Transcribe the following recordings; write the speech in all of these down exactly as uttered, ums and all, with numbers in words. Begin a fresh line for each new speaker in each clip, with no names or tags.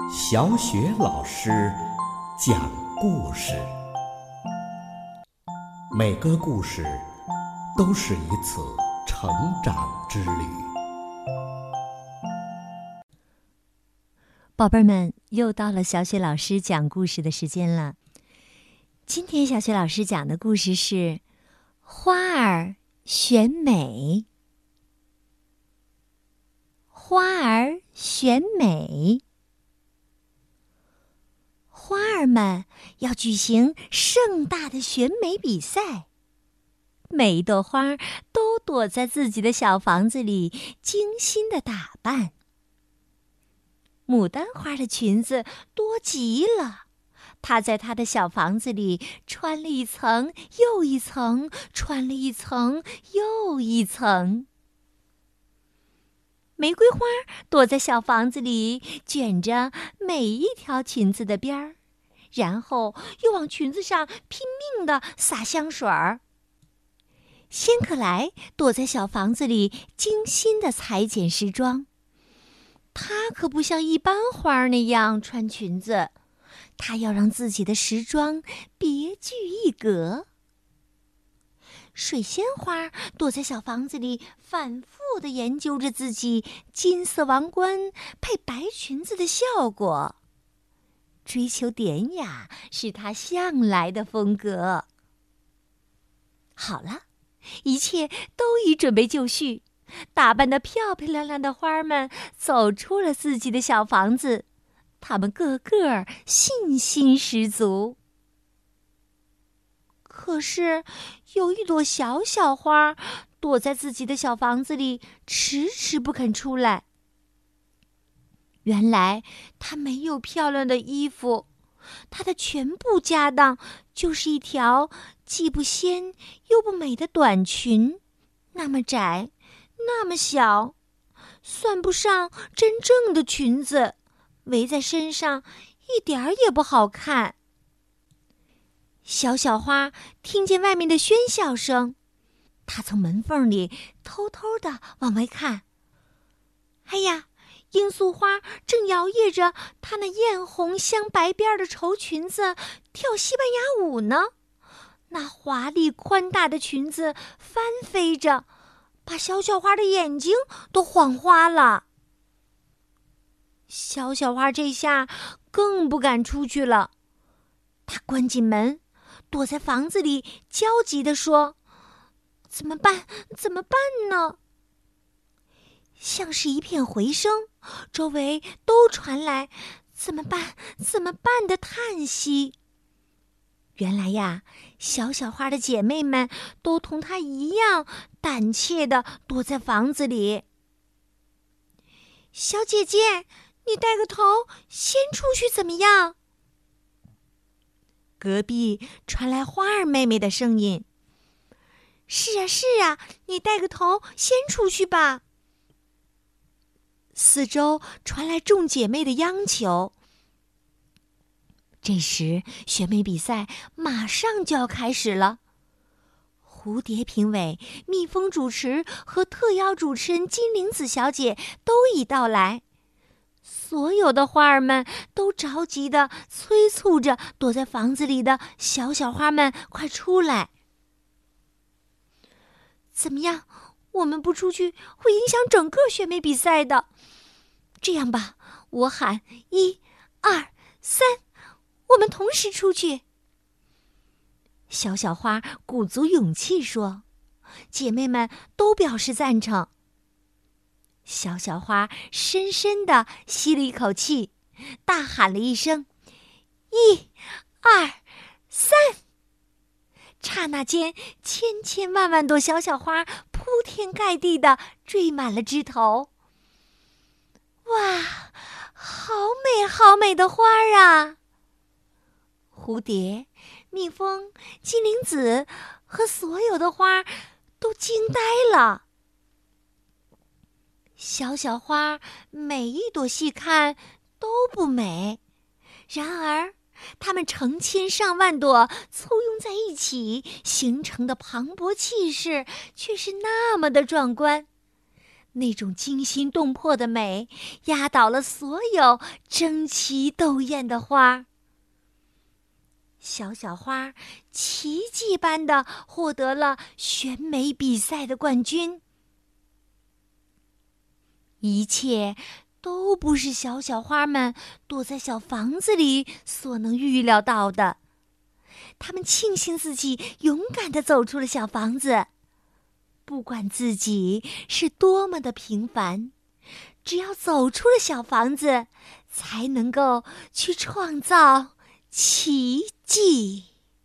小雪老师讲故事，每个故事都是一次成长之旅。
宝贝们，又到了小雪老师讲故事的时间了。今天小雪老师讲的故事是花儿选美。花儿选美，花儿们要举行盛大的选美比赛。每一朵花都躲在自己的小房子里，精心的打扮。牡丹花的裙子多极了，她在她的小房子里穿了一层又一层，穿了一层又一层。玫瑰花躲在小房子里，卷着每一条裙子的边儿，然后又往裙子上拼命地撒香水儿。仙客来躲在小房子里，精心地裁剪时装。她可不像一般花那样穿裙子，她要让自己的时装别具一格。水仙花躲在小房子里，反复地研究着自己金色王冠配白裙子的效果。追求典雅是她向来的风格。好了，一切都已准备就绪，打扮得漂漂亮亮的花儿们走出了自己的小房子，她们个个信心十足。可是，有一朵小小花躲在自己的小房子里，迟迟不肯出来。原来，她没有漂亮的衣服，她的全部家当就是一条既不鲜又不美的短裙，那么窄，那么小，算不上真正的裙子，围在身上一点儿也不好看。小小花听见外面的喧笑声，她从门缝里偷偷地往外看。哎呀，罂粟花正摇曳着她那艳红镶白边的绸裙子跳西班牙舞呢。那华丽宽大的裙子翻飞着，把小小花的眼睛都晃花了。小小花这下更不敢出去了，她关紧门，躲在房子里，焦急地说：“怎么办？怎么办呢？”像是一片回声，周围都传来“怎么办？怎么办”的叹息。原来呀，小小花的姐妹们都同她一样胆怯地躲在房子里。小姐姐，你带个头先出去怎么样？隔壁传来花儿妹妹的声音：“是啊，是啊，你带个头先出去吧。”四周传来众姐妹的央求。这时，选美比赛马上就要开始了。蝴蝶评委、蜜蜂主持和特邀主持人金铃子小姐都已到来。所有的花儿们都着急地催促着躲在房子里的小小花们快出来。怎么样？我们不出去会影响整个选美比赛的。这样吧，我喊一、二、三，我们同时出去。小小花鼓足勇气说，姐妹们都表示赞成。小小花深深地吸了一口气，大喊了一声：“一、二、三！”刹那间，千千万万朵小小花铺天盖地地缀满了枝头。哇，好美好美的花儿啊！蝴蝶、蜜蜂、金铃子和所有的花都惊呆了。小小花每一朵细看都不美，然而它们成千上万朵簇拥在一起形成的磅礴气势却是那么的壮观。 那种惊心动魄的美，压倒了所有争奇斗艳的花。小小花奇迹般地获得了选美比赛的冠军。一切都不是小小花们躲在小房子里所能预料到的。他们庆幸自己勇敢地走出了小房子，不管自己是多么的平凡，只要走出了小房子，才能够去创造奇迹。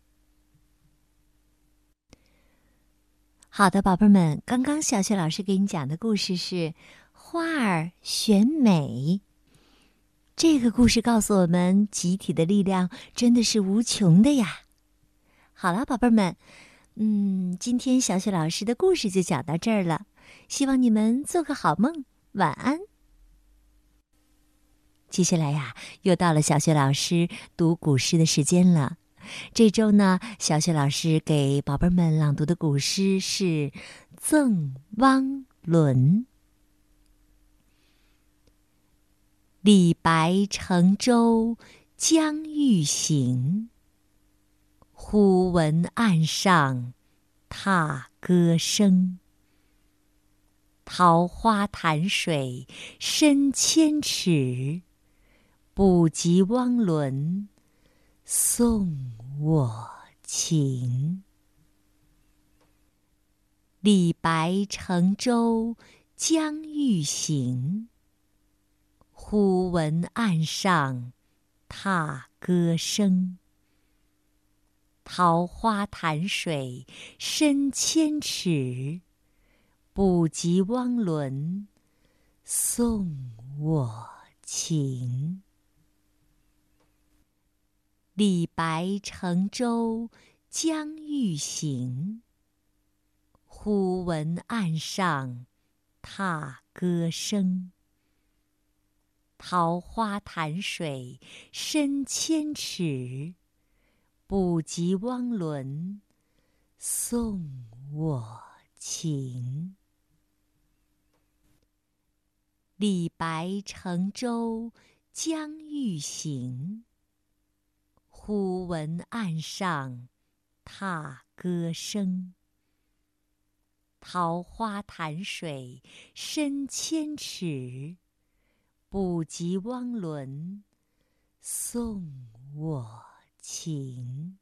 好的，宝贝们，刚刚小雪老师给你讲的故事是花儿选美。这个故事告诉我们，集体的力量真的是无穷的呀。好了，宝贝们，嗯，今天小雪老师的故事就讲到这儿了，希望你们做个好梦，晚安。接下来呀，又到了小雪老师读古诗的时间了。这周呢，小雪老师给宝贝们朗读的古诗是《赠汪伦》。李白乘舟将欲行，忽闻岸上踏歌声。桃花潭水深千尺，不及汪伦送我情。李白乘舟将欲行，忽闻岸上踏歌声。桃花潭水深千尺，不及汪伦送我情。李白乘舟将欲行，忽闻岸上踏歌声。桃花潭水深千尺，不及汪伦送我情。李白乘舟将欲行，忽闻岸上踏歌声。桃花潭水深千尺，不及汪伦送我情。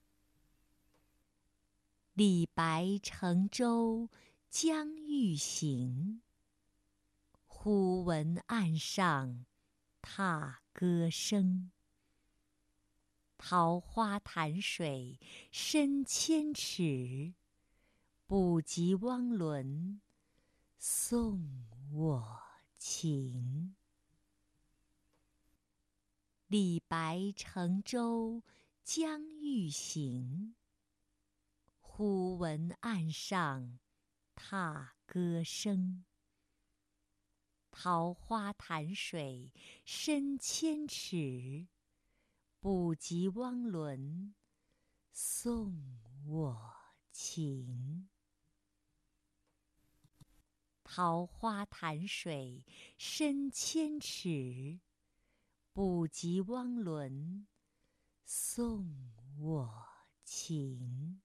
李白乘舟将欲行，忽闻岸上踏歌声。桃花潭水深千尺，不及汪伦送我情。李白乘舟将欲行，忽闻岸上踏歌声。桃花潭水深千尺，不及汪伦送我情。桃花潭水深千尺，不及汪伦送我情。